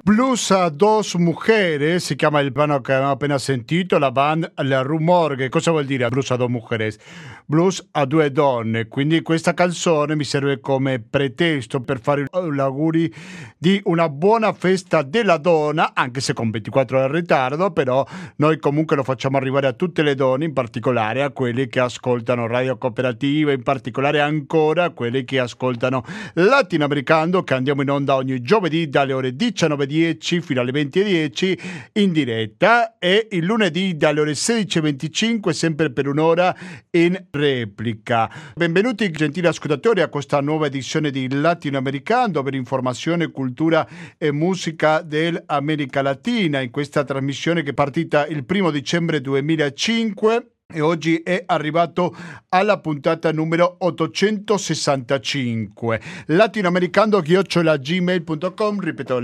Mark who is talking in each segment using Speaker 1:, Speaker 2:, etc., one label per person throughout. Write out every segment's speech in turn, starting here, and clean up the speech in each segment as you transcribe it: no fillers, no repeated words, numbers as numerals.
Speaker 1: Blues a dos mujeres, si chiama il brano che abbiamo appena sentito, la band La Rumor. Che cosa vuol dire blues a dos mujeres? Blues a due donne, quindi questa canzone mi serve come pretesto per fare gli auguri di una buona festa della donna, anche se con 24 ore in ritardo, però noi comunque lo facciamo arrivare a tutte le donne, in particolare a quelli che ascoltano Radio Cooperativa, in particolare ancora a quelli che ascoltano Latinoamericano, che andiamo in onda ogni giovedì dalle ore 19:10 fino alle 20:10 in diretta, e il lunedì dalle ore 16:25 sempre per un'ora in replica. Benvenuti gentili ascoltatori a questa nuova edizione di Latinoamericano per informazione, cultura e musica dell'America Latina, in questa trasmissione che è partita il 1 dicembre 2005 e oggi è arrivato alla puntata numero 865. latinoamericando@gmail.com, ripeto,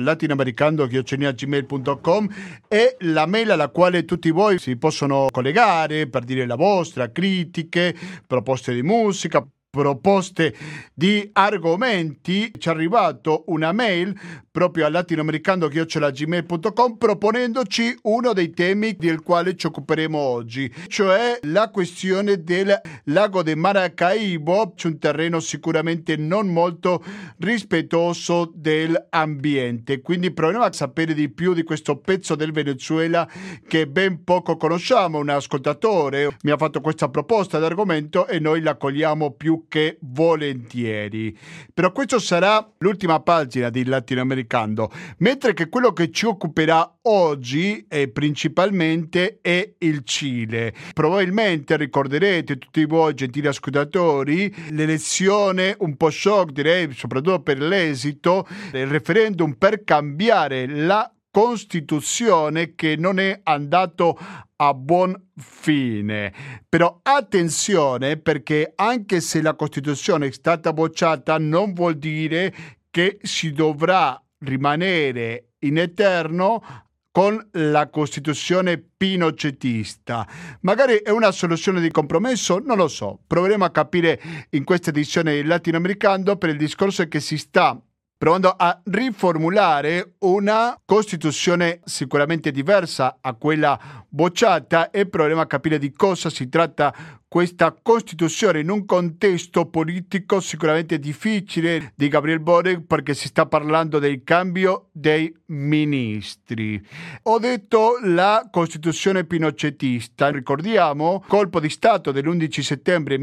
Speaker 1: latinoamericando@gmail.com è la mail alla quale tutti voi si possono collegare per dire la vostra, critiche, proposte di musica, proposte di argomenti. Ci è arrivato una mail proprio a latinoamericando@gmail.com proponendoci uno dei temi del quale ci occuperemo oggi, cioè la questione del lago di Maracaibo, un terreno sicuramente non molto rispettoso dell'ambiente. Quindi proviamo a sapere di più di questo pezzo del Venezuela che ben poco conosciamo. Un ascoltatore mi ha fatto questa proposta di argomento e noi la cogliamo più che volentieri. Però questo sarà l'ultima pagina di Latinoamericano, mentre che quello che ci occuperà oggi principalmente è il Cile. Probabilmente ricorderete tutti voi, gentili ascoltatori, l'elezione un po' shock, direi, soprattutto per l'esito del referendum per cambiare la Costituzione, che non è andato a buon fine. Però attenzione, perché anche se la Costituzione è stata bocciata non vuol dire che si dovrà rimanere in eterno con la Costituzione pinochetista. Magari è una soluzione di compromesso, non lo so. Proveremo a capire in questa edizione latinoamericano, per il discorso che si sta provando a riformulare una Costituzione sicuramente diversa a quella bocciata, e proveremo a capire di cosa si tratta questa Costituzione in un contesto politico sicuramente difficile di Gabriel Boric, perché si sta parlando del cambio dei ministri. Ho detto la Costituzione pinochetista, ricordiamo, colpo di Stato dell'11 settembre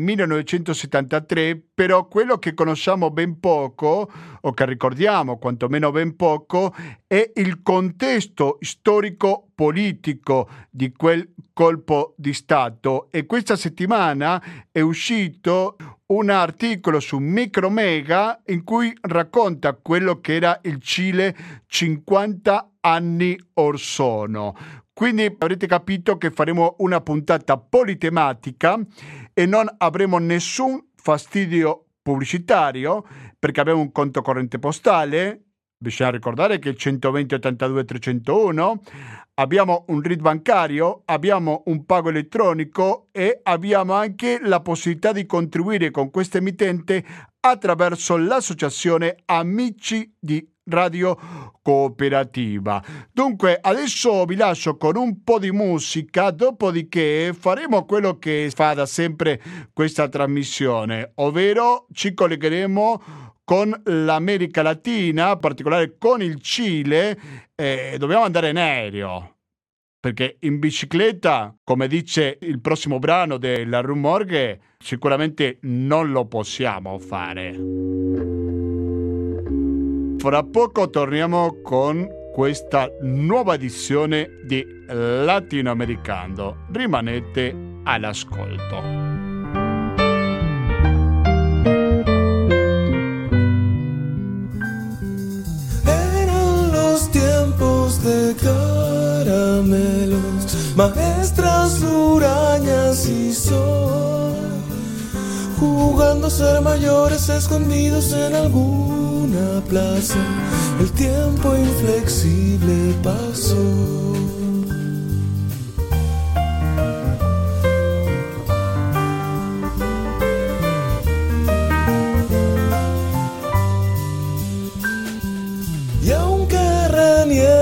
Speaker 1: 1973, però quello che conosciamo ben poco, o che ricordiamo quantomeno ben poco, è il contesto storico politico di quel colpo di Stato. E questa settimana è uscito un articolo su Micromega in cui racconta quello che era il Cile 50 anni or sono. Quindi avrete capito che faremo una puntata politematica e non avremo nessun fastidio pubblicitario, perché abbiamo un conto corrente postale. Bisogna ricordare che il 120 82 301, abbiamo un RID bancario, abbiamo un pago elettronico e abbiamo anche la possibilità di contribuire con questa emittente attraverso l'associazione Amici di Radio Cooperativa. Dunque adesso vi lascio con un po' di musica, dopodiché faremo quello che fa da sempre questa trasmissione, ovvero ci collegheremo con l'America Latina, in particolare con il Cile. Dobbiamo andare in aereo, perché in bicicletta, come dice il prossimo brano della Rumorghe, sicuramente non lo possiamo fare. Fra poco torniamo con questa nuova edizione di Latinoamericano. Rimanete all'ascolto.
Speaker 2: De caramelos, maestras, hurañas y sol, jugando a ser mayores escondidos en alguna plaza. El tiempo inflexible pasó. Y aunque renieguen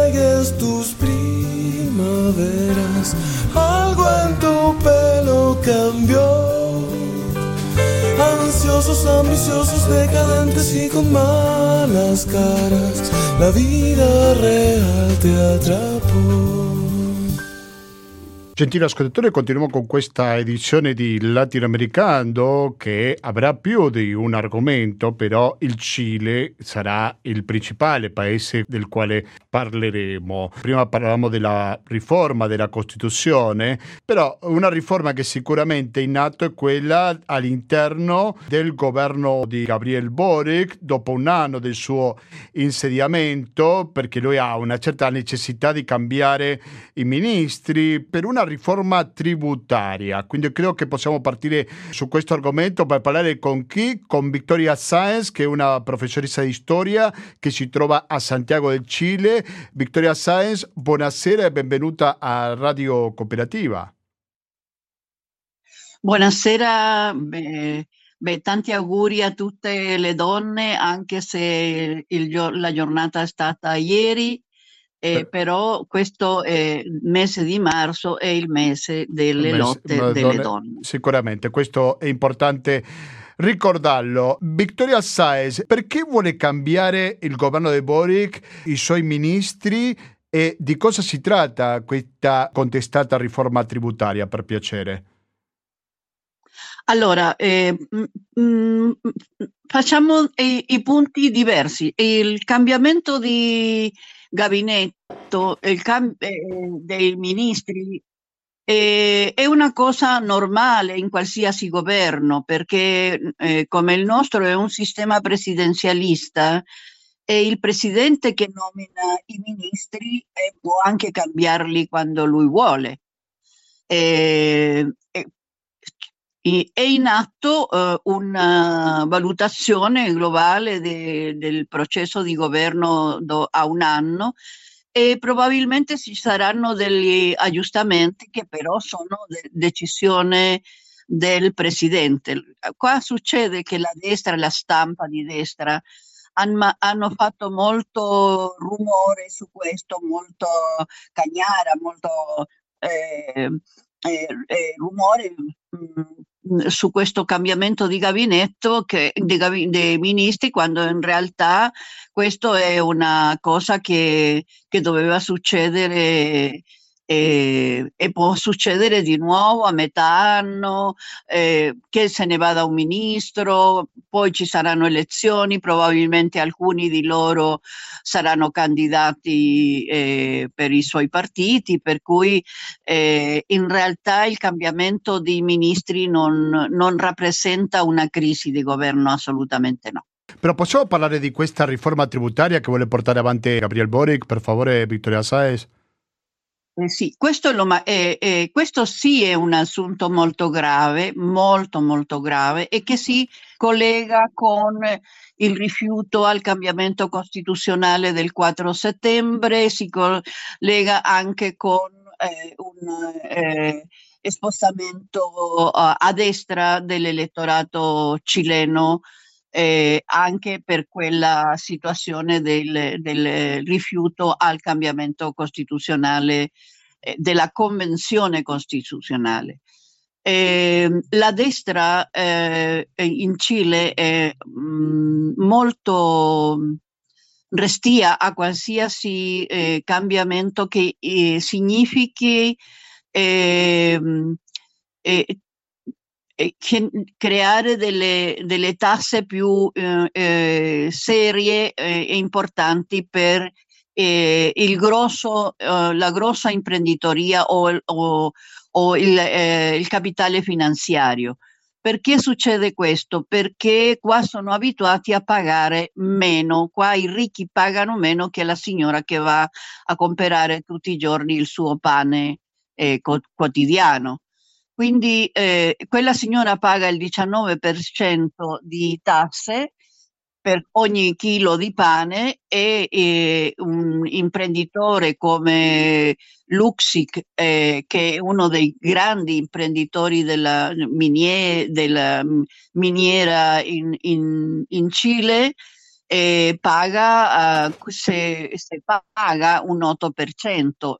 Speaker 2: primaveras, algo en tu pelo cambió. Ansiosos, ambiciosos, decadentes y con malas caras, la vida real te atrapò.
Speaker 1: Gentile ascoltatore, continuiamo con questa edizione di Latinoamericano che avrà più di un argomento, però il Cile sarà il principale paese del quale parleremo. Prima parlavamo della riforma della Costituzione, però una riforma che sicuramente è in atto è quella all'interno del governo di Gabriel Boric, dopo un anno del suo insediamento, perché lui ha una certa necessità di cambiare i ministri per una riforma tributaria. Quindi credo che possiamo partire su questo argomento per parlare con chi? Con Victoria Sáenz, che è una professoressa di storia che si trova a Santiago del Cile. Victoria Sáenz, buonasera e benvenuta a Radio Cooperativa.
Speaker 3: Buonasera, tanti auguri a tutte le donne, anche se la giornata è stata ieri. Però questo mese di marzo è il mese delle lotte delle donne.
Speaker 1: Sicuramente, questo è importante ricordarlo. Victoria Sáenz, perché vuole cambiare il governo di Boric, i suoi ministri, e di cosa si tratta questa contestata riforma tributaria, per piacere?
Speaker 3: Allora, facciamo i punti diversi. Il cambiamento di gabinetto, dei ministri è una cosa normale in qualsiasi governo, perché come il nostro è un sistema presidenzialista, è il presidente che nomina i ministri e può anche cambiarli quando lui vuole. È in atto una valutazione globale del processo di governo a un anno e probabilmente ci saranno degli aggiustamenti che però sono decisione del presidente. Qua succede che la destra, la stampa di destra, hanno fatto molto rumore su questo, molto cagnara, molto rumore su questo cambiamento di gabinetto dei ministri, quando in realtà questo è una cosa che doveva succedere e può succedere di nuovo a metà anno, che se ne vada un ministro, poi ci saranno elezioni, probabilmente alcuni di loro saranno candidati per i suoi partiti, per cui in realtà il cambiamento dei ministri non rappresenta una crisi di governo, assolutamente no.
Speaker 1: Però possiamo parlare di questa riforma tributaria che vuole portare avanti Gabriel Boric, per favore, Victoria Sáenz?
Speaker 3: Sì, questo sì è un assunto molto grave, molto molto grave, e che si collega con il rifiuto al cambiamento costituzionale del 4 settembre, si collega anche con un spostamento a destra dell'elettorato cileno, anche per quella situazione del rifiuto al cambiamento costituzionale, della convenzione costituzionale. La destra in Cile è molto restia a qualsiasi cambiamento che significhi creare delle tasse più serie e importanti per la grossa imprenditoria o il capitale finanziario. Perché succede questo? Perché qua sono abituati a pagare meno, qua i ricchi pagano meno che la signora che va a comprare tutti i giorni il suo pane quotidiano. Quindi quella signora paga il 19% di tasse per ogni chilo di pane, e un imprenditore come Luxic, che è uno dei grandi imprenditori della miniera in Cile, paga, se paga un 8%.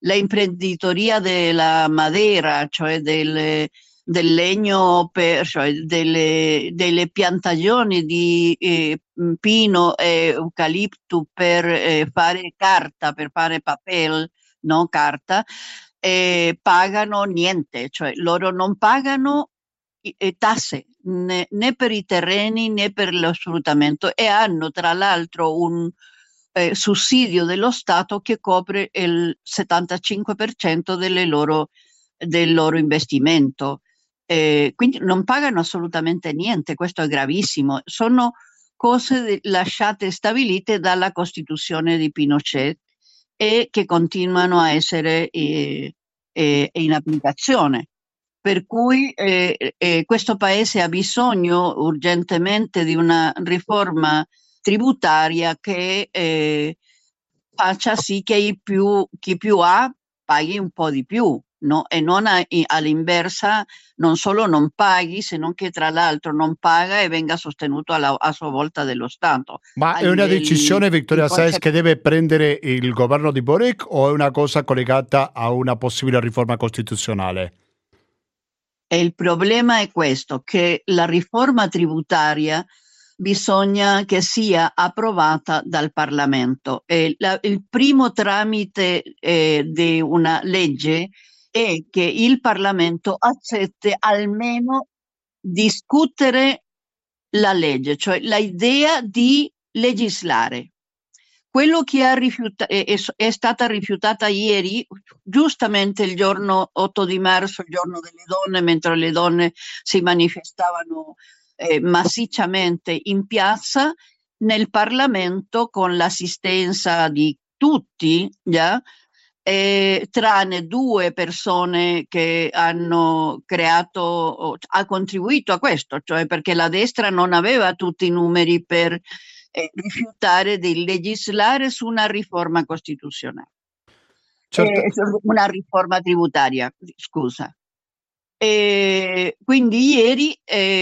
Speaker 3: l'imprenditoria della madera, cioè del legno, cioè delle piantagioni di pino e eucalipto per fare carta, per fare papel, no carta, pagano niente, cioè loro non pagano tasse né per i terreni né per lo sfruttamento, e hanno tra l'altro un sussidio dello Stato che copre il 75% del loro investimento. Quindi non pagano assolutamente niente, questo è gravissimo. Sono cose lasciate stabilite dalla Costituzione di Pinochet e che continuano a essere in applicazione. Per cui questo paese ha bisogno urgentemente di una riforma tributaria che faccia sì che chi più ha paghi un po' di più, no? E non all'inversa, non solo non paghi, se non che tra l'altro non paga e venga sostenuto a sua volta dallo Stato.
Speaker 1: Ma è una decisione, Victoria Sáenz, che deve prendere il governo di Boric, o è una cosa collegata a una possibile riforma costituzionale?
Speaker 3: E il problema è questo, che la riforma tributaria bisogna che sia approvata dal Parlamento. E il primo tramite di una legge è che il Parlamento accetti almeno discutere la legge, cioè l'idea di legislare. Quello che è stata rifiutata ieri, giustamente il giorno 8 di marzo, il giorno delle donne, mentre le donne si manifestavano massicciamente in piazza, nel Parlamento, con l'assistenza di tutti, tranne 2 persone che hanno ha contribuito a questo, cioè perché la destra non aveva tutti i numeri per rifiutare di legislare su una riforma costituzionale, una riforma tributaria, scusa. Quindi ieri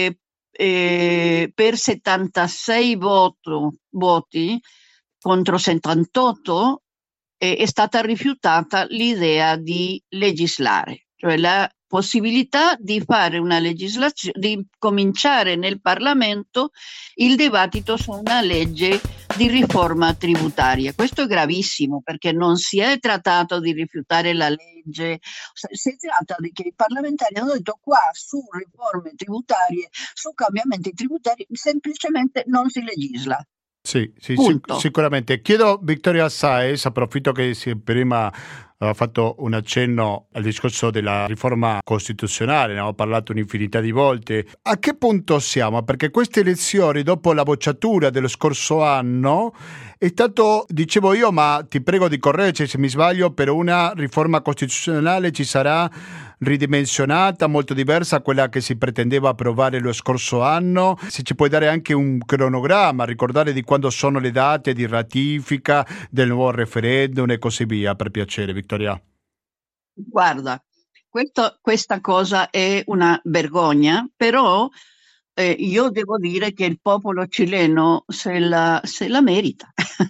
Speaker 3: per 76 voti contro 78 è stata rifiutata l'idea di legislare, cioè la possibilità di fare una legislazione, di cominciare nel Parlamento il dibattito su una legge di riforma tributaria. Questo è gravissimo, perché non si è trattato di rifiutare la legge, si tratta di che i parlamentari hanno detto: qua su riforme tributarie, su cambiamenti tributari, semplicemente non si legisla.
Speaker 1: Sì, sicuramente. Chiedo, Victoria Sáenz, approfitto che prima aveva fatto un accenno al discorso della riforma costituzionale, ne abbiamo parlato un'infinità di volte. A che punto siamo? Perché queste elezioni, dopo la bocciatura dello scorso anno, è stato, dicevo io, ma ti prego di correggere se mi sbaglio, per una riforma costituzionale ci sarà ridimensionata, molto diversa a quella che si pretendeva approvare lo scorso anno. Se ci puoi dare anche un cronogramma, ricordare di quando sono le date di ratifica del nuovo referendum e così via, per piacere, Victoria.
Speaker 3: Guarda, questa cosa è una vergogna, però io devo dire che il popolo cileno se la merita.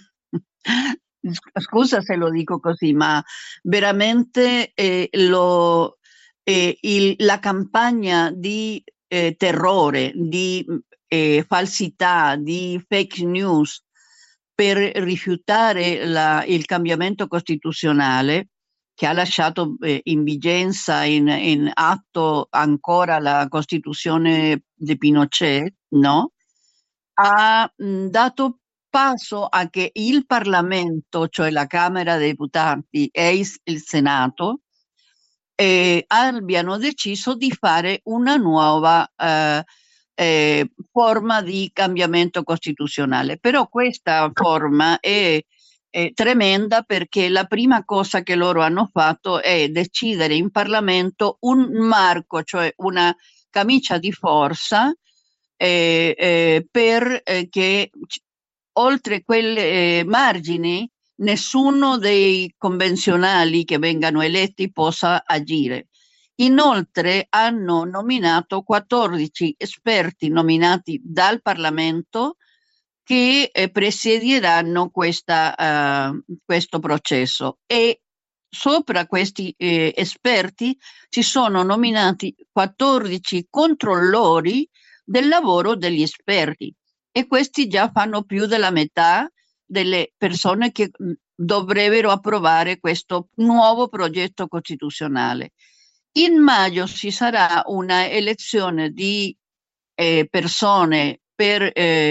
Speaker 3: Scusa se lo dico così, ma veramente la campagna di terrore, di falsità, di fake news per rifiutare il cambiamento costituzionale, che ha lasciato in vigenza, in atto ancora la Costituzione di Pinochet, no? Ha dato passo a che il Parlamento, cioè la Camera dei Deputati e il Senato, abbiano deciso di fare una nuova forma di cambiamento costituzionale. Però questa forma è tremenda, perché la prima cosa che loro hanno fatto è decidere in Parlamento un marco, cioè una camicia di forza per che oltre quei margini nessuno dei convenzionali che vengano eletti possa agire. Inoltre hanno nominato 14 esperti nominati dal Parlamento che presiederanno questo processo, e sopra questi esperti ci sono nominati 14 controllori del lavoro degli esperti, e questi già fanno più della metà delle persone che dovrebbero approvare questo nuovo progetto costituzionale. In maggio ci sarà una elezione di persone per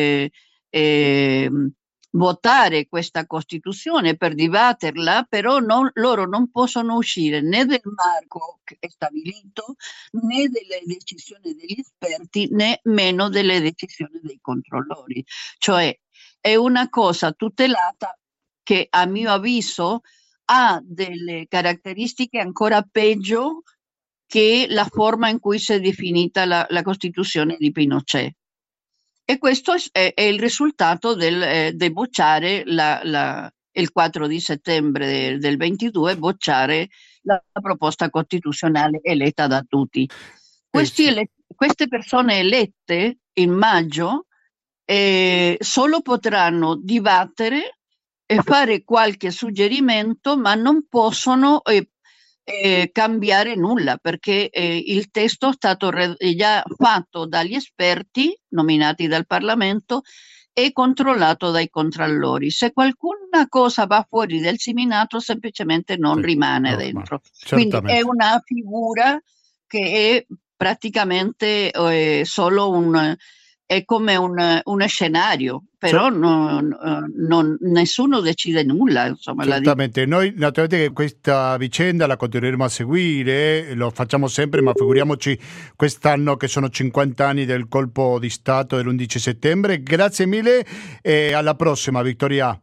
Speaker 3: votare questa Costituzione, per dibatterla, però loro non possono uscire né del marco che è stabilito, né delle decisioni degli esperti, né meno delle decisioni dei controllori. Cioè è una cosa tutelata che, a mio avviso, ha delle caratteristiche ancora peggio che la forma in cui si è definita la Costituzione di Pinochet. E questo è il risultato del bocciare il 4 di settembre del 22, bocciare la proposta costituzionale eletta da tutti. Queste persone elette in maggio solo potranno dibattere e fare qualche suggerimento, ma non possono cambiare nulla, perché il testo è stato già fatto dagli esperti nominati dal Parlamento e controllato dai controllori. Se qualcuna cosa va fuori del seminato, semplicemente non rimane dentro. Quindi è una figura che è praticamente solo è come un scenario, però nessuno decide nulla. Insomma,
Speaker 1: certamente, noi naturalmente questa vicenda la continueremo a seguire, lo facciamo sempre, ma figuriamoci quest'anno che sono 50 anni del colpo di Stato dell'11 settembre. Grazie mille e alla prossima, Victoria.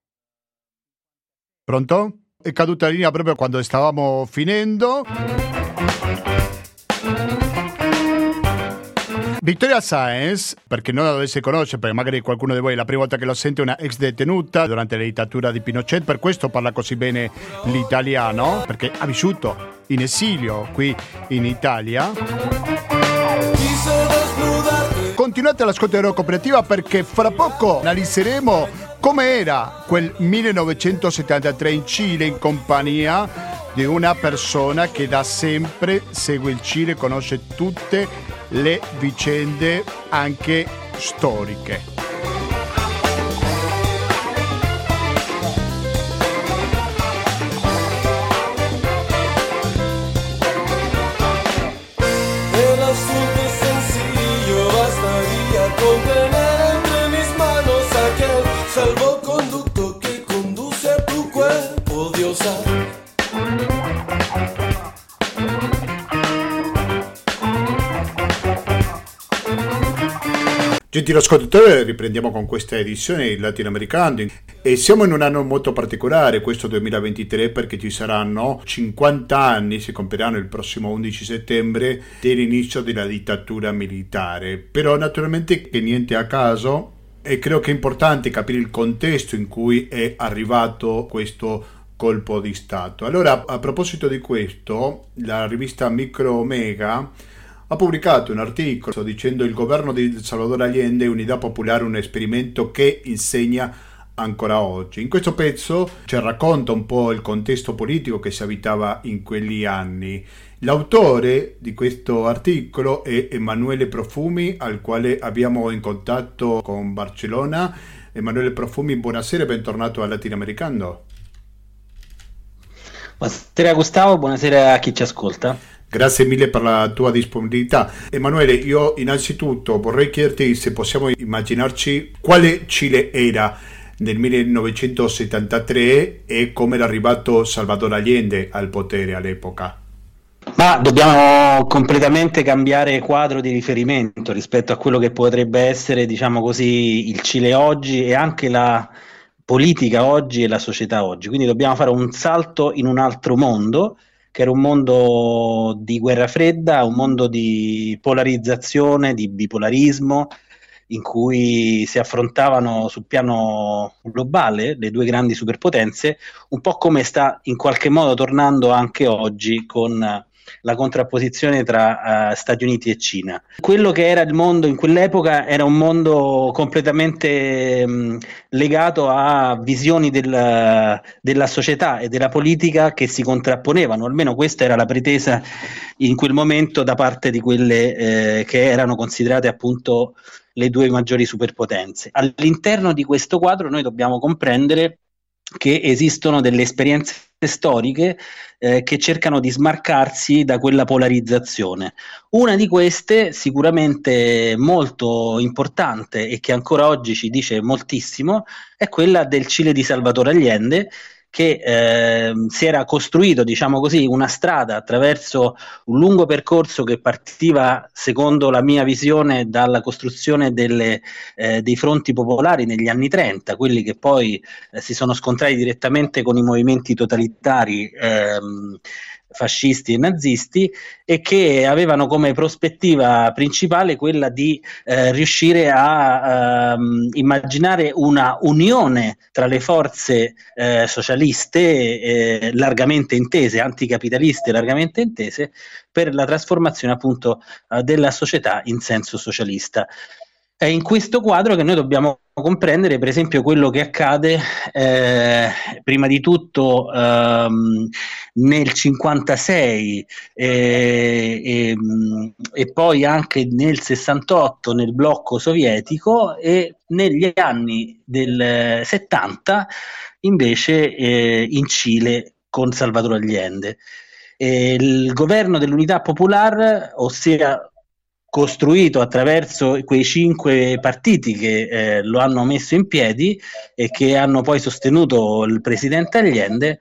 Speaker 1: Pronto? È caduta la linea proprio quando stavamo finendo. Victoria Sáenz, perché non la dovesse conoscere, perché magari qualcuno di voi è la prima volta che lo sente, una ex detenuta durante la dittatura di Pinochet, per questo parla così bene l'italiano, perché ha vissuto in esilio qui in Italia. Continuate all'ascolto di Cooperativa, perché fra poco analizzeremo come era quel 1973 in Cile in compagnia di una persona che da sempre segue il Cile, conosce tutte le vicende anche storiche.
Speaker 2: El asunto es sencillo, bastaría con tener entre mis manos aquel salvoconducto que conduce a tu cuerpo, diosa.
Speaker 1: Gentili ascoltatori, riprendiamo con questa edizione latinoamericana e siamo in un anno molto particolare, questo 2023, perché ci saranno 50 anni, si compiranno il prossimo 11 settembre, dell'inizio della dittatura militare. Però naturalmente che niente a caso, e credo che è importante capire il contesto in cui è arrivato questo colpo di Stato. Allora, a proposito di questo, la rivista Microomega ha pubblicato un articolo dicendo: il governo di Salvador Allende, Unità Popolare, un esperimento che insegna ancora oggi. In questo pezzo ci racconta un po' il contesto politico che si abitava in quegli anni. L'autore di questo articolo è Emanuele Profumi, al quale abbiamo in contatto con Barcellona. Emanuele Profumi, buonasera e bentornato a Latinoamericano.
Speaker 4: Buonasera Gustavo, buonasera a chi ci ascolta.
Speaker 1: Grazie mille per la tua disponibilità. Emanuele, io innanzitutto vorrei chiederti se possiamo immaginarci quale Cile era nel 1973 e come era arrivato Salvador Allende al potere all'epoca.
Speaker 4: Ma dobbiamo completamente cambiare quadro di riferimento rispetto a quello che potrebbe essere, diciamo così, il Cile oggi e anche la politica oggi e la società oggi. Quindi dobbiamo fare un salto in un altro mondo, che era un mondo di guerra fredda, un mondo di polarizzazione, di bipolarismo, in cui si affrontavano sul piano globale le due grandi superpotenze, un po' come sta in qualche modo tornando anche oggi con la contrapposizione tra Stati Uniti e Cina. Quello che era il mondo in quell'epoca era un mondo completamente legato a visioni della società e della politica che si contrapponevano, almeno questa era la pretesa in quel momento da parte di quelle che erano considerate appunto le due maggiori superpotenze. All'interno di questo quadro noi dobbiamo comprendere che esistono delle esperienze storiche che cercano di smarcarsi da quella polarizzazione. Una di queste, sicuramente molto importante e che ancora oggi ci dice moltissimo, è quella del Cile di Salvador Allende, che si era costruito, diciamo così, una strada attraverso un lungo percorso che partiva, secondo la mia visione, dalla costruzione dei fronti popolari negli anni 30, quelli che poi si sono scontrati direttamente con i movimenti totalitari fascisti e nazisti, e che avevano come prospettiva principale quella di riuscire a immaginare una unione tra le forze socialiste largamente intese, anticapitaliste largamente intese, per la trasformazione appunto della società in senso socialista. È in questo quadro che noi dobbiamo comprendere, per esempio, quello che accade prima di tutto nel 56 e poi anche nel 68 nel blocco sovietico, e negli anni del 70 invece in Cile con Salvador Allende. Il governo dell'Unità Popular, ossia costruito attraverso quei 5 partiti che lo hanno messo in piedi e che hanno poi sostenuto il presidente Allende,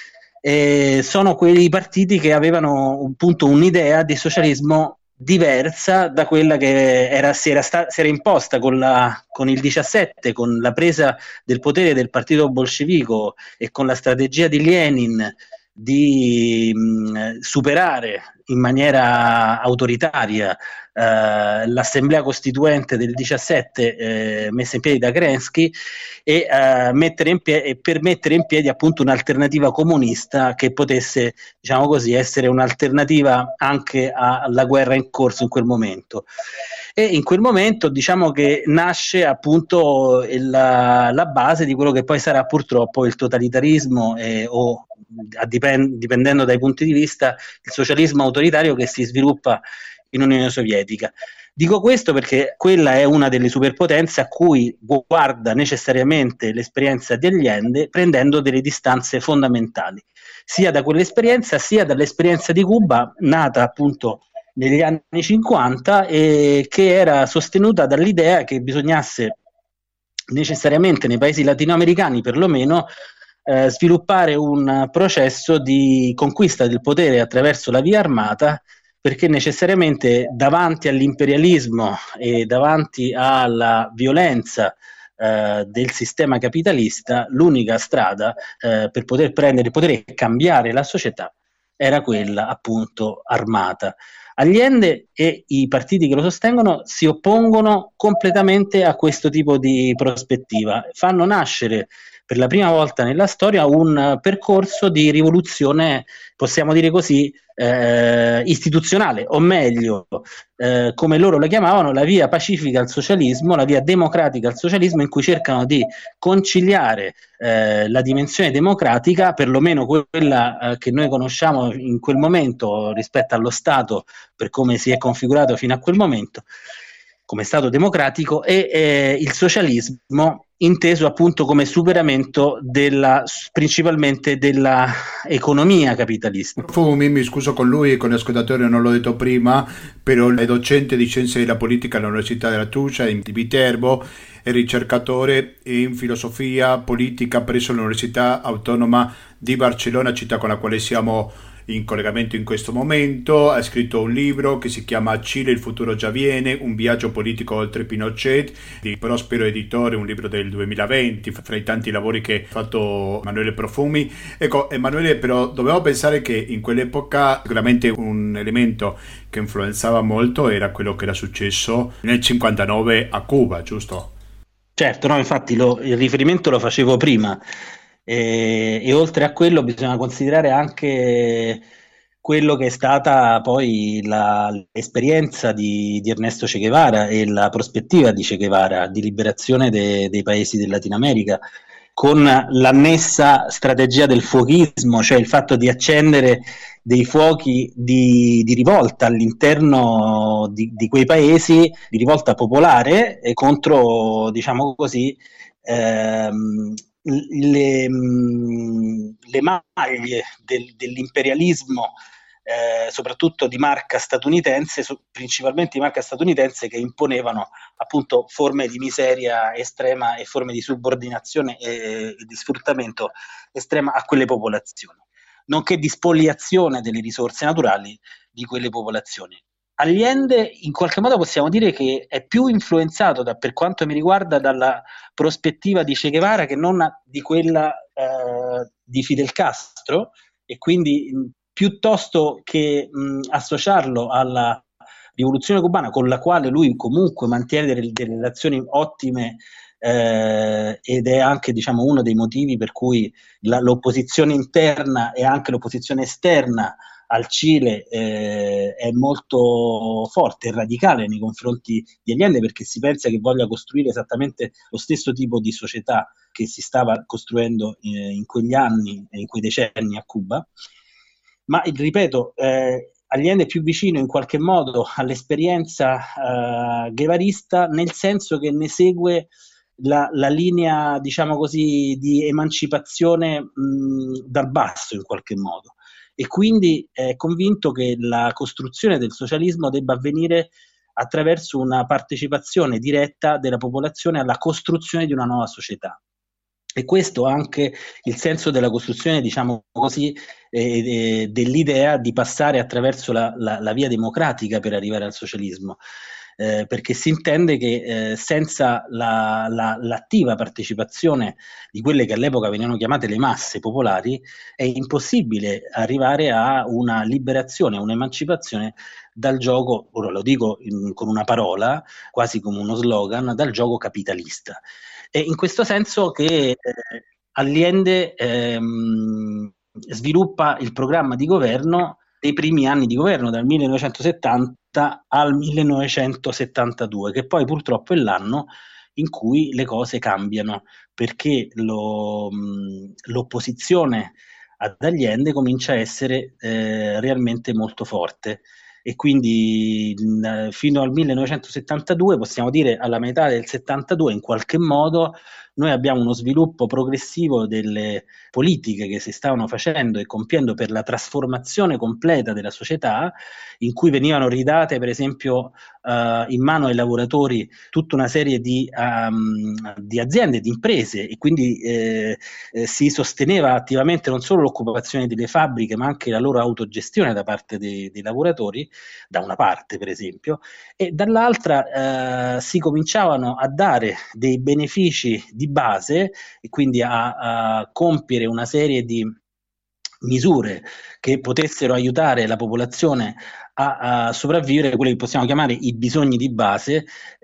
Speaker 4: sono quei partiti che avevano appunto un'idea di socialismo diversa da quella che si era imposta con il 17, con la presa del potere del partito bolscevico e con la strategia di Lenin di superare in maniera autoritaria l'assemblea costituente del 17 messa in piedi da Kerensky, e per mettere in piedi appunto un'alternativa comunista che potesse, diciamo così, essere un'alternativa anche alla guerra in corso in quel momento. E in quel momento diciamo che nasce appunto la base di quello che poi sarà purtroppo il totalitarismo o dipendendo dai punti di vista il socialismo autoritario che si sviluppa in Unione Sovietica. Dico questo perché quella è una delle superpotenze a cui guarda necessariamente l'esperienza di Allende, prendendo delle distanze fondamentali, sia da quell'esperienza sia dall'esperienza di Cuba, nata appunto negli anni 50 e che era sostenuta dall'idea che bisognasse necessariamente nei paesi latinoamericani perlomeno sviluppare un processo di conquista del potere attraverso la via armata, perché necessariamente davanti all'imperialismo e davanti alla violenza del sistema capitalista l'unica strada per poter prendere il potere e cambiare la società era quella appunto armata. Allende e i partiti che lo sostengono si oppongono completamente a questo tipo di prospettiva, fanno nascere per la prima volta nella storia un percorso di rivoluzione, possiamo dire così, istituzionale, o meglio, come loro la chiamavano, la via pacifica al socialismo, la via democratica al socialismo, in cui cercano di conciliare la dimensione democratica, perlomeno quella che noi conosciamo in quel momento rispetto allo Stato, per come si è configurato fino a quel momento, come Stato democratico, e il socialismo inteso appunto come superamento principalmente della economia capitalista.
Speaker 1: Mi scuso con lui e con gli ascoltatori, non l'ho detto prima, però è docente di scienze della politica all'Università della Tucia di Viterbo, è ricercatore in filosofia politica presso l'Università Autonoma di Barcellona, città con la quale siamo in collegamento in questo momento. Ha scritto un libro che si chiama Cile, il futuro già viene, un viaggio politico oltre Pinochet, di Prospero Editore, un libro del 2020, fra i tanti lavori che ha fatto Emanuele Profumi. Ecco, Emanuele, però dovevo pensare che in quell'epoca sicuramente un elemento che influenzava molto era quello che era successo nel 59 a Cuba, giusto?
Speaker 4: Certo, no, infatti il riferimento lo facevo prima. E oltre a quello bisogna considerare anche quello che è stata poi l'esperienza di Ernesto Che Guevara e la prospettiva di Che Guevara di liberazione dei paesi del Latino America, con l'annessa strategia del fuochismo, cioè il fatto di accendere dei fuochi di rivolta all'interno di quei paesi, di rivolta popolare contro, diciamo così, le maglie dell'imperialismo, soprattutto di marca statunitense, principalmente di marca statunitense, che imponevano appunto forme di miseria estrema e forme di subordinazione e di sfruttamento estrema a quelle popolazioni, nonché di spoliazione delle risorse naturali di quelle popolazioni. Allende in qualche modo possiamo dire che è più influenzato per quanto mi riguarda dalla prospettiva di Che Guevara che non di quella di Fidel Castro, e quindi piuttosto che associarlo alla rivoluzione cubana, con la quale lui comunque mantiene delle relazioni ottime, ed è anche, diciamo, uno dei motivi per cui l'opposizione interna e anche l'opposizione esterna al Cile è molto forte e radicale nei confronti di Allende, perché si pensa che voglia costruire esattamente lo stesso tipo di società che si stava costruendo in quegli anni e in quei decenni a Cuba. Ma ripeto, Allende è più vicino in qualche modo all'esperienza guevarista, nel senso che ne segue la linea, diciamo così, di emancipazione dal basso in qualche modo, e quindi è convinto che la costruzione del socialismo debba avvenire attraverso una partecipazione diretta della popolazione alla costruzione di una nuova società. E questo anche il senso della costruzione, diciamo così, dell'idea di passare attraverso la via democratica per arrivare al socialismo. Perché si intende che senza l'attiva partecipazione di quelle che all'epoca venivano chiamate le masse popolari è impossibile arrivare a una liberazione, a un'emancipazione dal gioco, ora lo dico con una parola, quasi come uno slogan, dal gioco capitalista. E in questo senso che Allende sviluppa il programma di governo dei primi anni di governo, dal 1970 al 1972, che poi purtroppo è l'anno in cui le cose cambiano, perché l'opposizione ad Allende comincia a essere realmente molto forte. E quindi fino al 1972, possiamo dire alla metà del 72, in qualche modo noi abbiamo uno sviluppo progressivo delle politiche che si stavano facendo e compiendo per la trasformazione completa della società, in cui venivano ridate, per esempio, in mano ai lavoratori tutta una serie di aziende, di imprese, e quindi si sosteneva attivamente non solo l'occupazione delle fabbriche, ma anche la loro autogestione da parte dei lavoratori, da una parte per esempio, e dall'altra si cominciavano a dare dei benefici di base, e quindi a compiere una serie di misure che potessero aiutare la popolazione a sopravvivere, quelli che possiamo chiamare i bisogni di base,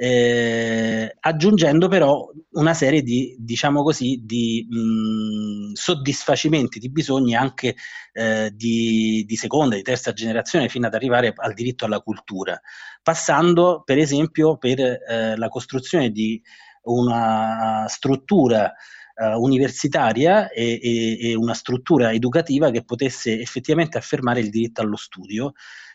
Speaker 4: aggiungendo però una serie di, diciamo così, di soddisfacimenti di bisogni anche di seconda, di terza generazione, fino ad arrivare al diritto alla cultura, passando per esempio per la costruzione di una struttura universitaria e una struttura educativa che potesse effettivamente affermare il diritto allo studio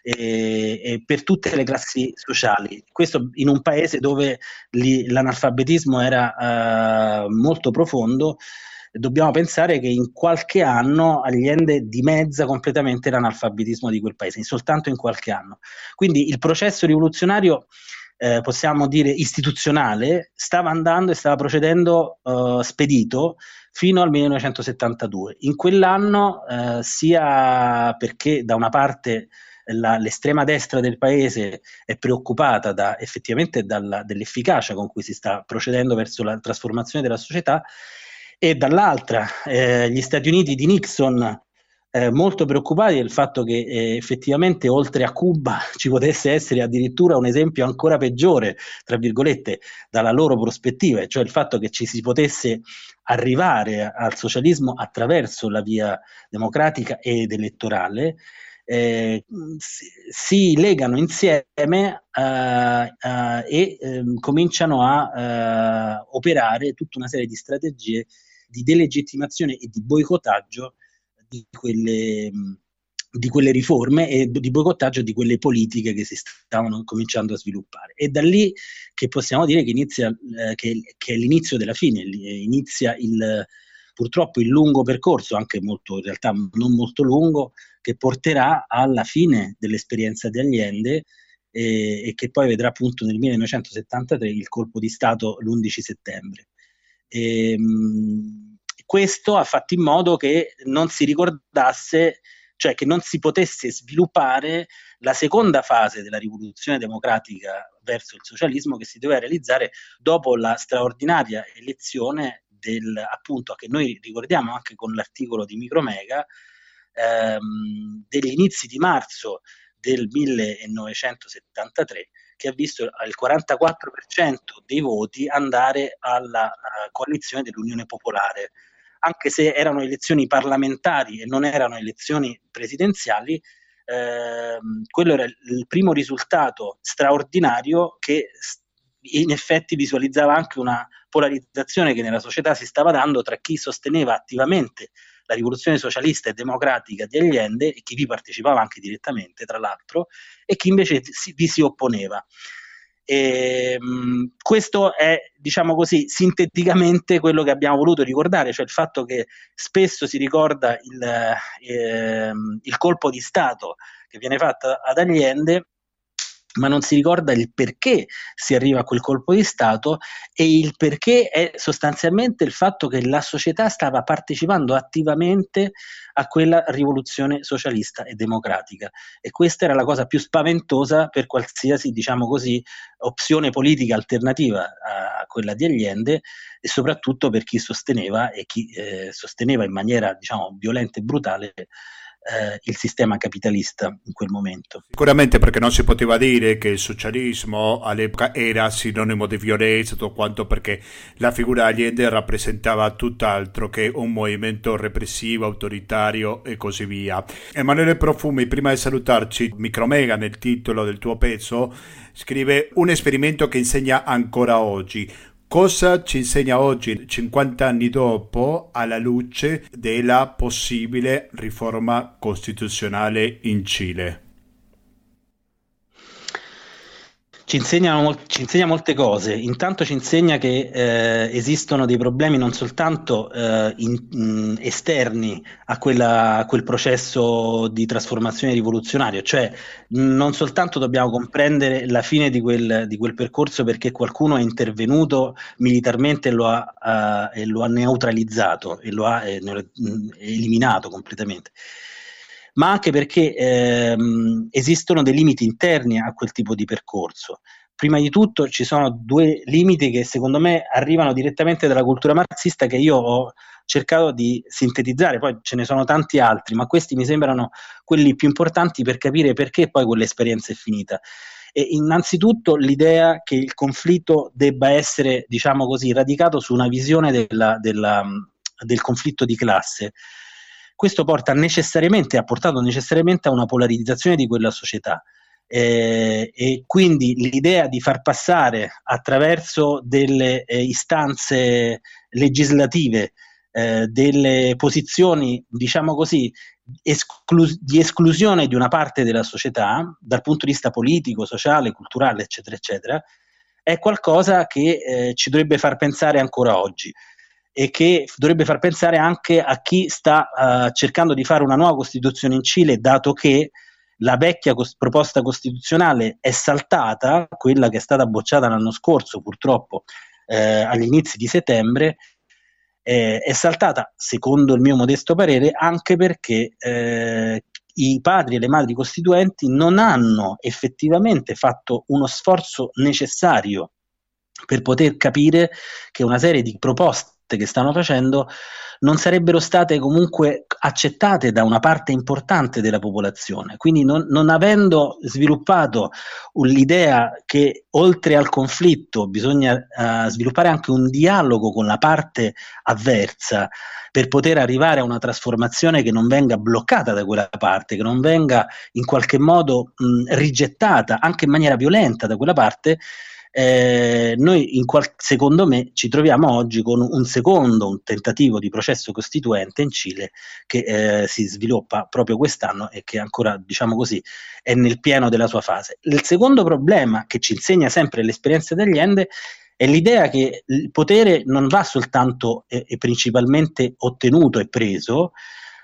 Speaker 4: e per tutte le classi sociali. Questo in un paese dove l'analfabetismo era molto profondo. Dobbiamo pensare che in qualche anno Allende dimezza completamente l'analfabetismo di quel paese, soltanto in qualche anno. Quindi il processo rivoluzionario, possiamo dire istituzionale, stava andando e stava procedendo spedito fino al 1972. In quell'anno, sia perché da una parte l'estrema destra del paese è preoccupata effettivamente dell'efficacia con cui si sta procedendo verso la trasformazione della società, e dall'altra gli Stati Uniti di Nixon molto preoccupati del fatto che effettivamente oltre a Cuba ci potesse essere addirittura un esempio ancora peggiore, tra virgolette, dalla loro prospettiva, cioè il fatto che ci si potesse arrivare al socialismo attraverso la via democratica ed elettorale. si legano insieme e cominciano a operare tutta una serie di strategie di delegittimazione e di boicottaggio di quelle riforme e di boicottaggio di quelle politiche che si stavano cominciando a sviluppare. E da lì che possiamo dire che inizia che è l'inizio della fine, inizia purtroppo il lungo percorso, anche molto, in realtà non molto lungo, che porterà alla fine dell'esperienza di Allende e che poi vedrà appunto nel 1973 il colpo di Stato l'11 settembre. Questo ha fatto in modo che non si ricordasse, cioè che non si potesse sviluppare la seconda fase della rivoluzione democratica verso il socialismo che si doveva realizzare dopo la straordinaria elezione appunto, che noi ricordiamo anche con l'articolo di Micromega, degli inizi di marzo del 1973, che ha visto il 44% dei voti andare alla coalizione dell'Unione Popolare. Anche se erano elezioni parlamentari e non erano elezioni presidenziali, quello era il primo risultato straordinario che in effetti visualizzava anche una polarizzazione che nella società si stava dando tra chi sosteneva attivamente la rivoluzione socialista e democratica di Allende e chi vi partecipava anche direttamente, tra l'altro, e chi invece vi si opponeva. Questo è, diciamo così, sinteticamente quello che abbiamo voluto ricordare, cioè il fatto che spesso si ricorda il colpo di Stato che viene fatto ad Allende, ma non si ricorda il perché si arriva a quel colpo di Stato, e il perché è sostanzialmente il fatto che la società stava partecipando attivamente a quella rivoluzione socialista e democratica, e questa era la cosa più spaventosa per qualsiasi, diciamo così, opzione politica alternativa a quella di Allende, e soprattutto per chi sosteneva sosteneva in maniera, diciamo, violenta e brutale il sistema capitalista in quel momento.
Speaker 1: Sicuramente, perché non si poteva dire che il socialismo all'epoca era sinonimo di violenza, tutto quanto, perché la figura Allende rappresentava tutt'altro che un movimento repressivo, autoritario e così via. Emanuele Profumi, prima di salutarci, Micromega nel titolo del tuo pezzo scrive: un esperimento che insegna ancora oggi. Cosa ci insegna oggi, 50 anni dopo, alla luce della possibile riforma costituzionale in Cile?
Speaker 4: Ci insegna molte cose. Intanto ci insegna che esistono dei problemi non soltanto esterni a quel processo di trasformazione rivoluzionario, cioè non soltanto dobbiamo comprendere la fine di quel percorso perché qualcuno è intervenuto militarmente e lo ha neutralizzato e lo ha eliminato completamente, ma anche perché esistono dei limiti interni a quel tipo di percorso. Prima di tutto ci sono due limiti che secondo me arrivano direttamente dalla cultura marxista, che io ho cercato di sintetizzare, poi ce ne sono tanti altri, ma questi mi sembrano quelli più importanti per capire perché poi quell'esperienza è finita. E innanzitutto l'idea che il conflitto debba essere, diciamo così, radicato su una visione del conflitto di classe. Questo ha portato necessariamente a una polarizzazione di quella società, e quindi l'idea di far passare attraverso delle istanze legislative delle posizioni, diciamo così, di esclusione di una parte della società dal punto di vista politico, sociale, culturale, eccetera, eccetera, è qualcosa che ci dovrebbe far pensare ancora oggi, e che dovrebbe far pensare anche a chi sta cercando di fare una nuova Costituzione in Cile, dato che la vecchia proposta costituzionale è saltata, quella che è stata bocciata l'anno scorso purtroppo agli inizi di settembre, è saltata, secondo il mio modesto parere, anche perché i padri e le madri costituenti non hanno effettivamente fatto uno sforzo necessario per poter capire che una serie di proposte che stanno facendo non sarebbero state comunque accettate da una parte importante della popolazione. Quindi non avendo sviluppato l'idea che oltre al conflitto bisogna sviluppare anche un dialogo con la parte avversa per poter arrivare a una trasformazione che non venga bloccata da quella parte, che non venga in qualche modo rigettata anche in maniera violenta da quella parte, noi secondo me ci troviamo oggi con un tentativo di processo costituente in Cile che si sviluppa proprio quest'anno e che ancora, diciamo così, è nel pieno della sua fase. Il secondo problema che ci insegna sempre l'esperienza degli Allende è l'idea che il potere non va soltanto e principalmente ottenuto e preso,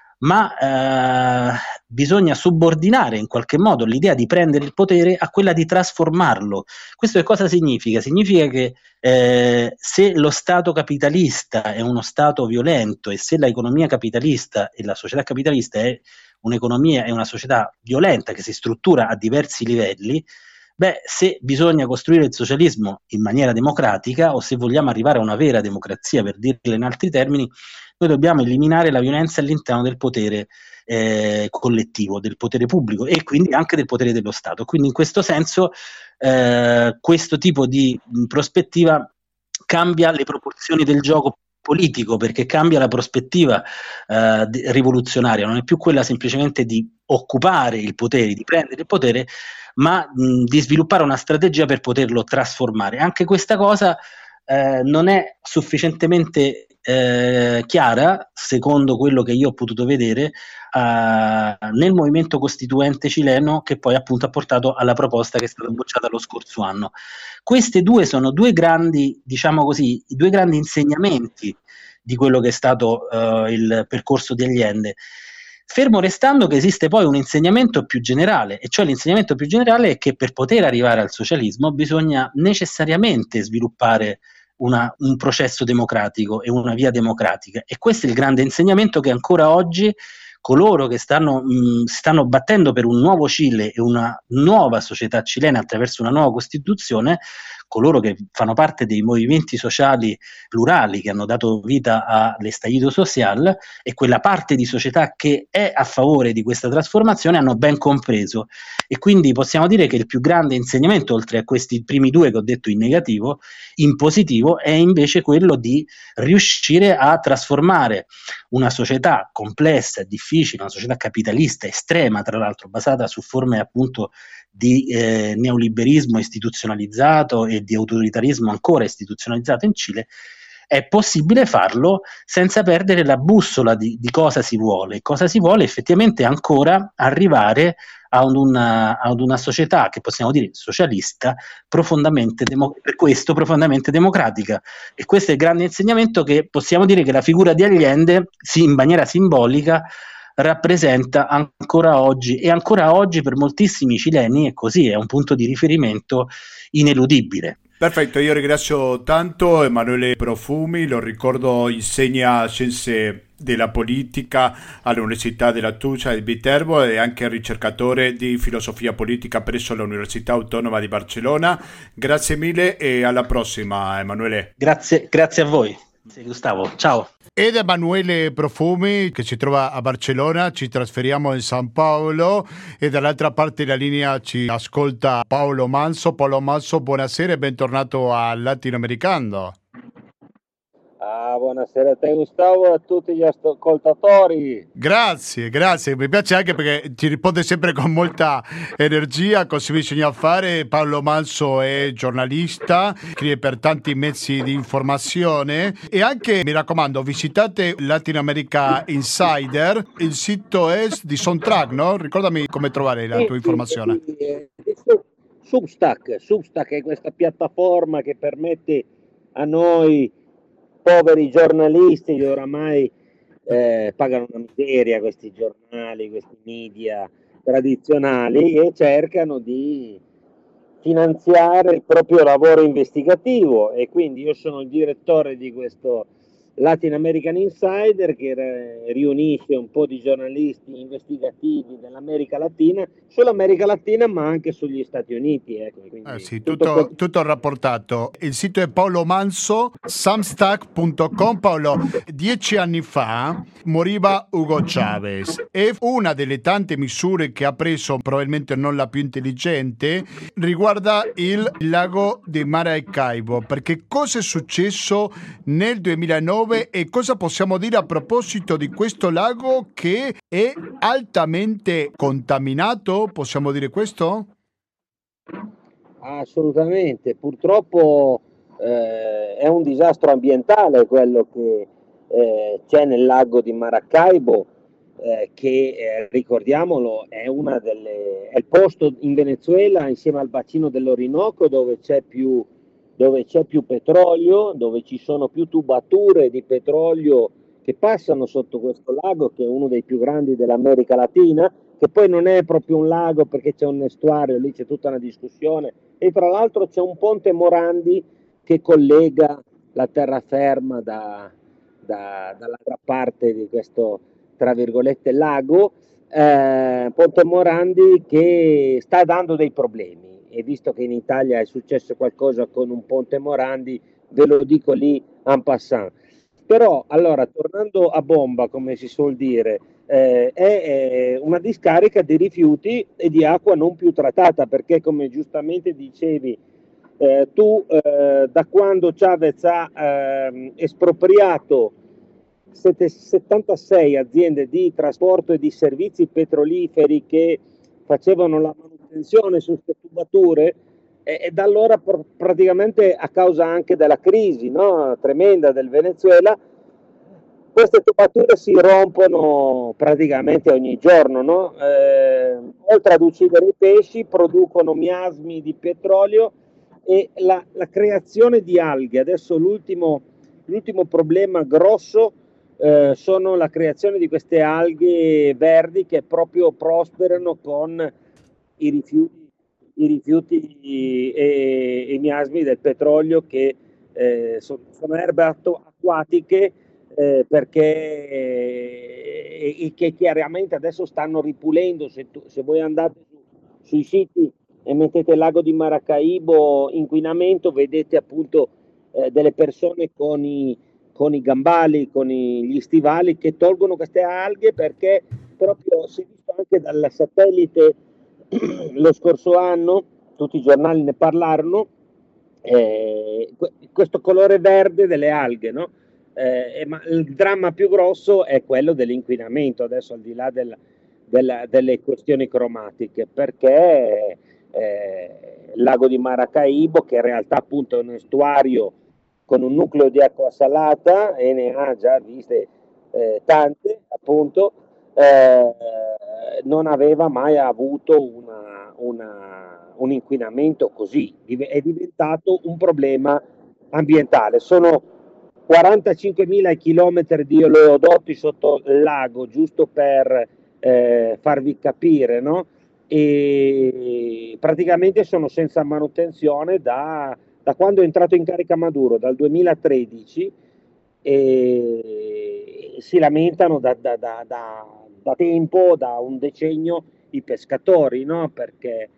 Speaker 4: ma bisogna subordinare in qualche modo l'idea di prendere il potere a quella di trasformarlo. Questo che cosa significa? Significa che se lo Stato capitalista è uno Stato violento e se l'economia capitalista e la società capitalista è un'economia e una società violenta che si struttura a diversi livelli, se bisogna costruire il socialismo in maniera democratica o se vogliamo arrivare a una vera democrazia, per dirla in altri termini, noi dobbiamo eliminare la violenza all'interno del potere collettivo, del potere pubblico e quindi anche del potere dello Stato. Quindi in questo senso questo tipo di prospettiva cambia le proporzioni del gioco politico, perché cambia la prospettiva rivoluzionaria, non è più quella semplicemente di occupare il potere, di prendere il potere, ma di sviluppare una strategia per poterlo trasformare. Anche questa cosa non è sufficientemente chiara, secondo quello che io ho potuto vedere, nel movimento costituente cileno, che poi appunto ha portato alla proposta che è stata bocciata lo scorso anno. Queste due sono due grandi, diciamo così, due grandi insegnamenti di quello che è stato il percorso di Allende. Fermo restando che esiste poi un insegnamento più generale, e cioè l'insegnamento più generale è che per poter arrivare al socialismo bisogna necessariamente sviluppare un processo democratico e una via democratica, e questo è il grande insegnamento che ancora oggi coloro che stanno battendo per un nuovo Cile e una nuova società cilena attraverso una nuova Costituzione, coloro che fanno parte dei movimenti sociali plurali che hanno dato vita all'estallido social e quella parte di società che è a favore di questa trasformazione hanno ben compreso, e quindi possiamo dire che il più grande insegnamento, oltre a questi primi due che ho detto in negativo, in positivo è invece quello di riuscire a trasformare una società complessa e difficile, una società capitalista estrema, tra l'altro basata su forme appunto di neoliberismo istituzionalizzato e di autoritarismo ancora istituzionalizzato in Cile. È possibile farlo senza perdere la bussola di cosa si vuole. Cosa si vuole effettivamente ancora arrivare ad una società che possiamo dire socialista, profondamente democratica. E questo è il grande insegnamento che possiamo dire che la figura di Allende, in maniera simbolica, rappresenta ancora oggi, e ancora oggi per moltissimi cileni è così, è un punto di riferimento ineludibile.
Speaker 1: Perfetto, io ringrazio tanto Emanuele Profumi, lo ricordo insegna scienze della politica all'Università della Tucia di Viterbo e anche ricercatore di filosofia politica presso l'Università Autonoma di Barcellona. Grazie mille e alla prossima, Emanuele.
Speaker 4: Grazie a voi. Gustavo, ciao.
Speaker 1: Ed Emanuele Profumi che si trova a Barcellona, ci trasferiamo in San Paolo e dall'altra parte della linea ci ascolta Paolo Manso. Paolo Manso, buonasera e bentornato al Latinoamericano.
Speaker 5: Buonasera a te Gustavo e a tutti gli ascoltatori.
Speaker 1: Grazie, mi piace anche perché ti risponde sempre con molta energia, così bisogna fare. Paolo Manso è giornalista, scrive per tanti mezzi di informazione e anche, mi raccomando, visitate Latin America Insider, il sito è di Soundtrack, no? Ricordami come trovare la tua informazione.
Speaker 5: Substack è questa piattaforma che permette a noi poveri giornalisti che oramai pagano una miseria, questi giornali, questi media tradizionali, e cercano di finanziare il proprio lavoro investigativo, e quindi io sono il direttore di questo Latin American Insider, che riunisce un po' di giornalisti investigativi dell'America Latina, sull'America Latina ma anche sugli Stati Uniti. Ecco, quindi
Speaker 1: Sì, tutto rapportato. Il sito è Paolo Manso, samstack.com. Paolo, 10 anni fa moriva Hugo Chavez e una delle tante misure che ha preso, probabilmente non la più intelligente, riguarda il lago di Maracaibo. Perché cosa è successo nel 2009 e cosa possiamo dire a proposito di questo lago che è altamente contaminato? Possiamo dire questo?
Speaker 5: Assolutamente, purtroppo è un disastro ambientale quello che c'è nel lago di Maracaibo, che ricordiamolo è è il posto in Venezuela insieme al bacino dell'Orinoco dove c'è più petrolio, dove ci sono più tubature di petrolio che passano sotto questo lago, che è uno dei più grandi dell'America Latina, che poi non è proprio un lago perché c'è un estuario, lì c'è tutta una discussione, e tra l'altro c'è un ponte Morandi che collega la terraferma dall'altra parte di questo, tra virgolette, lago, Ponte Morandi, che sta dando dei problemi, e visto che in Italia è successo qualcosa con un Ponte Morandi, ve lo dico lì en passant. Però, allora, tornando a bomba, come si suol dire, è una discarica di rifiuti e di acqua non più trattata, perché come giustamente dicevi tu, da quando Chavez ha espropriato 76 aziende di trasporto e di servizi petroliferi che facevano la manutenzione su queste tubature, e da allora praticamente, a causa anche della crisi, no, tremenda del Venezuela, queste tubature si rompono praticamente ogni giorno, no? Oltre ad uccidere i pesci, producono miasmi di petrolio e la creazione di alghe. Adesso l'ultimo problema grosso sono la creazione di queste alghe verdi che proprio prosperano con i rifiuti e i miasmi del petrolio, che sono erbe acquatiche, perché e che chiaramente adesso stanno ripulendo. Se voi andate sui siti e mettete lago di Maracaibo inquinamento, vedete appunto delle persone con i gambali, con gli stivali, che tolgono queste alghe, perché proprio si è visto anche dal satellite lo scorso anno, tutti i giornali ne parlarono, questo colore verde delle alghe, no? Ma il dramma più grosso è quello dell'inquinamento, adesso, al di là delle questioni cromatiche, perché il lago di Maracaibo, che in realtà appunto è un estuario con un nucleo di acqua salata, e ne ha già viste tante, appunto, non aveva mai avuto un inquinamento così, è diventato un problema ambientale. Sono 45.000 chilometri di oleodotti sotto il lago, giusto per farvi capire, no? E praticamente sono senza manutenzione da quando è entrato in carica Maduro, dal 2013, e si lamentano da tempo, da un decennio, i pescatori, no? Perché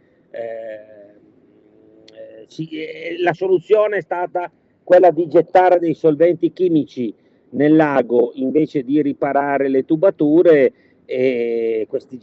Speaker 5: la soluzione è stata quella di gettare dei solventi chimici nel lago invece di riparare le tubature, e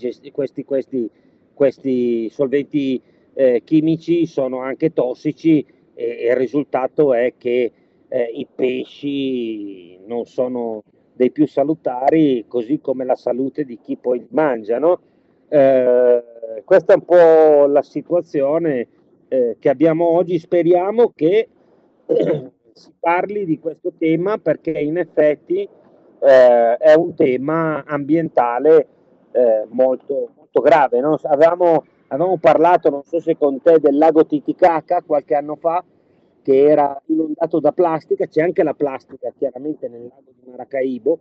Speaker 5: questi solventi chimici sono anche tossici, e il risultato è che i pesci non sono dei più salutari, così come la salute di chi poi li mangia, no? Questa è un po' la situazione che abbiamo oggi. Speriamo che si parli di questo tema, perché in effetti è un tema ambientale molto, molto grave, no? Avevamo parlato, non so se con te, del lago Titicaca qualche anno fa, che era inondato da plastica. C'è anche la plastica chiaramente nel lago di Maracaibo,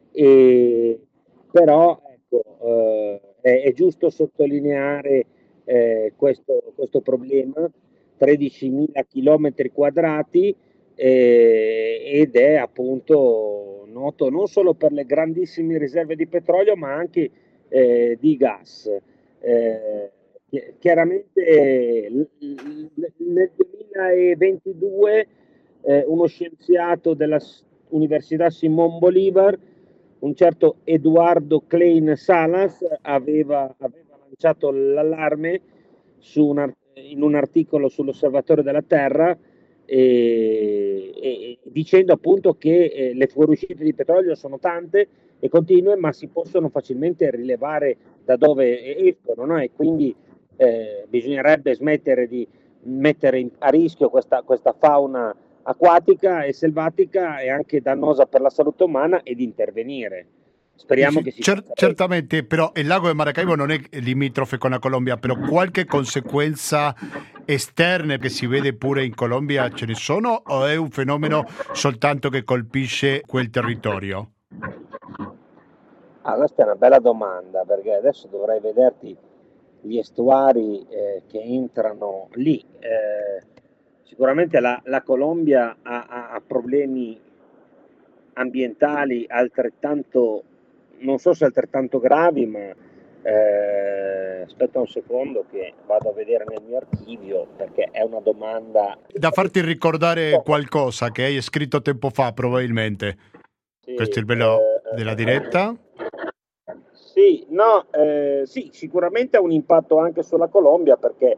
Speaker 5: però ecco, è giusto sottolineare questo problema. 13.000 chilometri quadrati, ed è appunto noto non solo per le grandissime riserve di petrolio ma anche di gas. Chiaramente nel 2022 uno scienziato della Università Simón Bolívar, un certo Eduardo Klein Salas, aveva lanciato l'allarme in un articolo sull'Osservatorio della Terra, dicendo appunto che le fuoriuscite di petrolio sono tante e continue, ma si possono facilmente rilevare da dove escono, no? E quindi bisognerebbe smettere di mettere a rischio questa fauna acquatica e selvatica e anche dannosa per la salute umana ed intervenire. Speriamo che si
Speaker 1: certamente, però il lago di Maracaibo non è limitrofe con la Colombia, però qualche conseguenza esterna che si vede pure in Colombia ce ne sono o è un fenomeno soltanto che colpisce quel territorio?
Speaker 5: Questa è una bella domanda, perché adesso dovrei vederti gli estuari che entrano lì. Sicuramente la Colombia ha problemi ambientali altrettanto, non so se altrettanto gravi, ma aspetta un secondo che vado a vedere nel mio archivio, perché è una domanda
Speaker 1: da farti ricordare qualcosa che hai scritto tempo fa probabilmente. Sì, questo è il bello della diretta.
Speaker 5: Sì, no, sì, sicuramente ha un impatto anche sulla Colombia, perché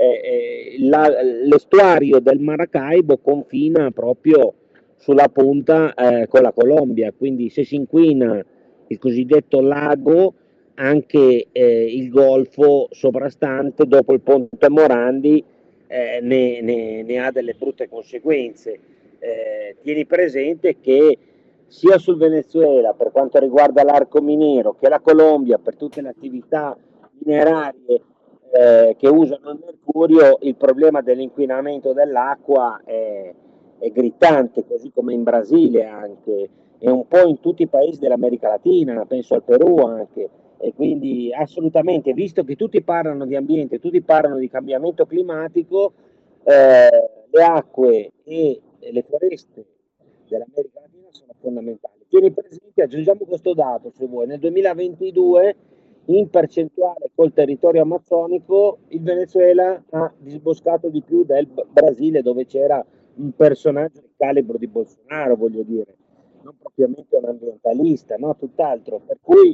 Speaker 5: l'estuario del Maracaibo confina proprio sulla punta con la Colombia, quindi se si inquina il cosiddetto lago, anche il golfo sovrastante dopo il ponte Morandi ne ha delle brutte conseguenze. Tieni presente che sia sul Venezuela per quanto riguarda l'arco miniero che la Colombia per tutte le attività minerarie che usano il mercurio, il problema dell'inquinamento dell'acqua è gridante, così come in Brasile anche, e un po' in tutti i paesi dell'America Latina, penso al Perù anche, e quindi assolutamente, visto che tutti parlano di ambiente, tutti parlano di cambiamento climatico, le acque e le foreste dell'America Latina sono fondamentali. Tieni presente, aggiungiamo questo dato se vuoi, nel 2022 in percentuale col territorio amazzonico il Venezuela ha disboscato di più del Brasile, dove c'era un personaggio di calibro di Bolsonaro, voglio dire, non propriamente un ambientalista, no? Tutt'altro, per cui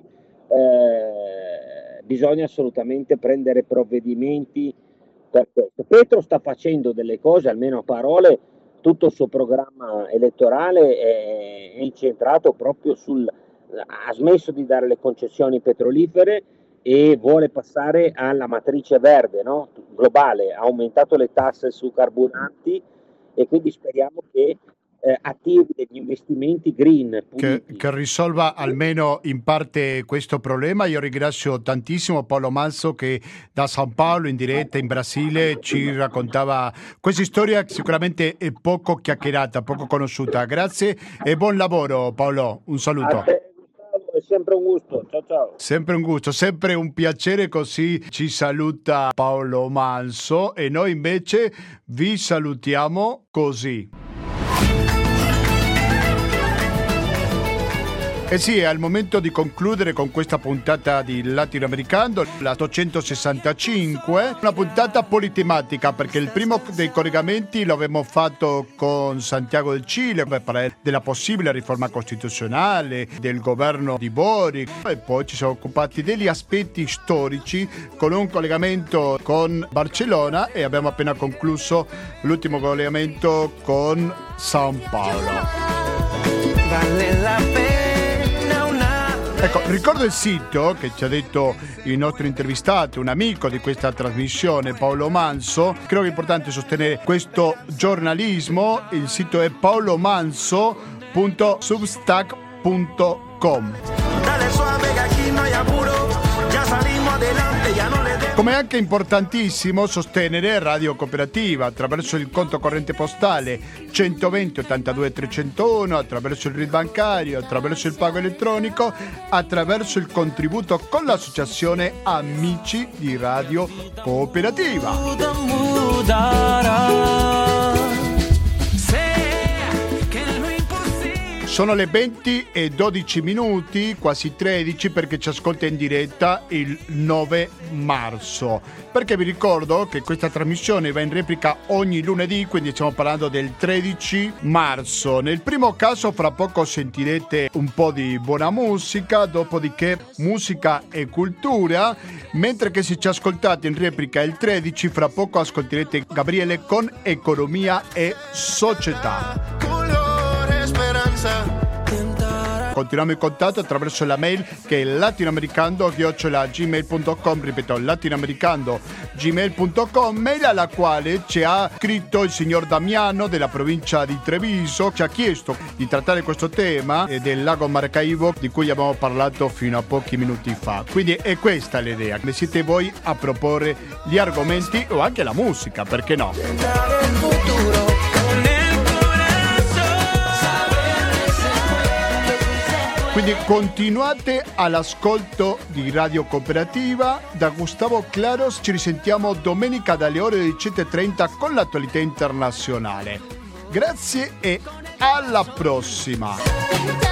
Speaker 5: bisogna assolutamente prendere provvedimenti per questo. Petro sta facendo delle cose, almeno a parole, tutto il suo programma elettorale è incentrato proprio ha smesso di dare le concessioni petrolifere e vuole passare alla matrice verde, no? Globale, ha aumentato le tasse su carburanti e quindi speriamo che attivi degli investimenti green
Speaker 1: che risolva almeno in parte questo problema. Io ringrazio tantissimo Paolo Manso che da San Paolo in diretta in Brasile ci raccontava questa storia sicuramente è poco chiacchierata, poco conosciuta. Grazie e buon lavoro Paolo, un saluto.
Speaker 5: A te, Gustavo, è sempre un gusto, ciao.
Speaker 1: Sempre un gusto, sempre un piacere, così ci saluta Paolo Manso e noi invece vi salutiamo così. E sì, è al momento di concludere con questa puntata di Latinoamericano, la 865, una puntata politematica perché il primo dei collegamenti lo abbiamo fatto con Santiago del Cile per parlare della possibile riforma costituzionale, del governo di Boric e poi ci siamo occupati degli aspetti storici con un collegamento con Barcellona e abbiamo appena concluso l'ultimo collegamento con San Paolo. Vale la pena. Ecco, ricordo il sito che ci ha detto il nostro intervistato, un amico di questa trasmissione, Paolo Manso. Credo che è importante sostenere questo giornalismo. Il sito è paolomanso.substack.com. Come è anche importantissimo sostenere Radio Cooperativa attraverso il conto corrente postale 120 82 301, attraverso il RID bancario, attraverso il pago elettronico, attraverso il contributo con l'associazione Amici di Radio Cooperativa. Sono le 20:12, quasi 13, perché ci ascolta in diretta il 9 marzo. Perché vi ricordo che questa trasmissione va in replica ogni lunedì, quindi stiamo parlando del 13 marzo. Nel primo caso fra poco sentirete un po' di buona musica, dopodiché musica e cultura, mentre che se ci ascoltate in replica il 13, fra poco ascolterete Gabriele con Economia e Società. Continuiamo in contatto attraverso la mail che è latinoamericando@gmail.com, ripeto, latinoamericando@gmail.com, mail alla quale ci ha scritto il signor Damiano della provincia di Treviso, ci ha chiesto di trattare questo tema del lago Maracaibo di cui abbiamo parlato fino a pochi minuti fa. Quindi è questa l'idea, ne siete voi a proporre gli argomenti o anche la musica, perché no? Quindi continuate all'ascolto di Radio Cooperativa. Da Gustavo Claros ci risentiamo domenica dalle ore 17:30 con l'attualità internazionale. Grazie e alla prossima!